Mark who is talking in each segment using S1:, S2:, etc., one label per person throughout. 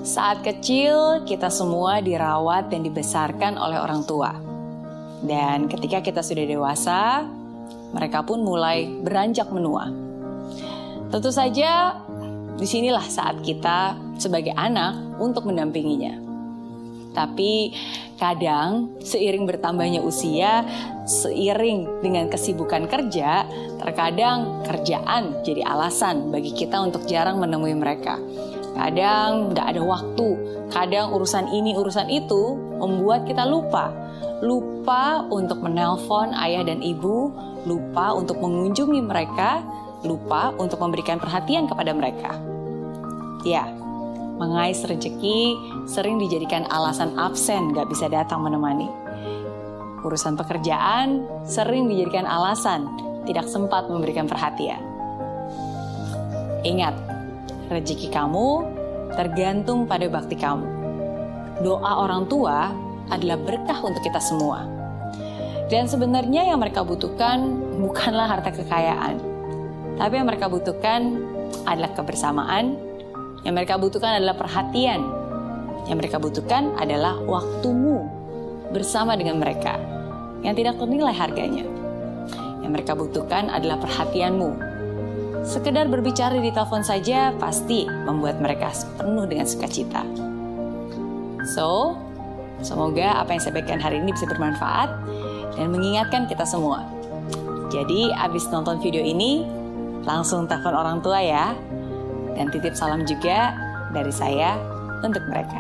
S1: Saat kecil, kita semua dirawat dan dibesarkan oleh orang tua. Dan ketika kita sudah dewasa, mereka pun mulai beranjak menua. Tentu saja, disinilah saat kita sebagai anak untuk mendampinginya. Tapi kadang seiring bertambahnya usia, seiring dengan kesibukan kerja, terkadang kerjaan jadi alasan bagi kita untuk jarang menemui mereka. Kadang nggak ada waktu, kadang urusan ini, urusan itu membuat kita lupa. Lupa untuk menelpon ayah dan ibu, lupa untuk mengunjungi mereka, lupa untuk memberikan perhatian kepada mereka. Ya, mengais rezeki sering dijadikan alasan absen nggak bisa datang menemani. Urusan pekerjaan sering dijadikan alasan tidak sempat memberikan perhatian. Ingat, rezeki kamu tergantung pada bakti kamu. Doa orang tua adalah berkah untuk kita semua. Dan sebenarnya yang mereka butuhkan bukanlah harta kekayaan, tapi yang mereka butuhkan adalah kebersamaan. Yang mereka butuhkan adalah perhatian. Yang mereka butuhkan adalah waktumu bersama dengan mereka yang tidak ternilai harganya. Yang mereka butuhkan adalah perhatianmu. Sekedar berbicara di telepon saja pasti membuat mereka penuh dengan sukacita. So, semoga apa yang saya bagikan hari ini bisa bermanfaat dan mengingatkan kita semua. Jadi, abis nonton video ini, langsung telepon orang tua ya. Dan titip salam juga dari saya untuk mereka.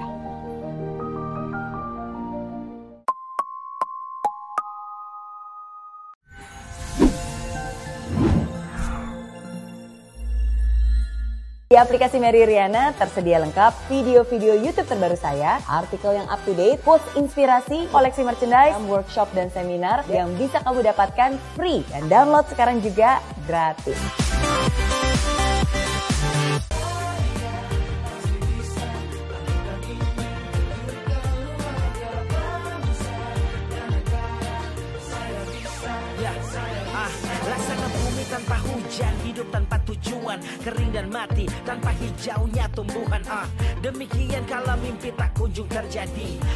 S2: Di aplikasi Mary Riana tersedia lengkap video-video YouTube terbaru saya, artikel yang up to date, quotes inspirasi, koleksi merchandise, workshop dan seminar yang bisa kamu dapatkan free dan download sekarang juga gratis.
S3: Laksana bumi tanpa hujan, hidup tanpa tujuan, kering dan mati tanpa hijaunya tumbuhan. Demikian kalau mimpi tak kunjung terjadi.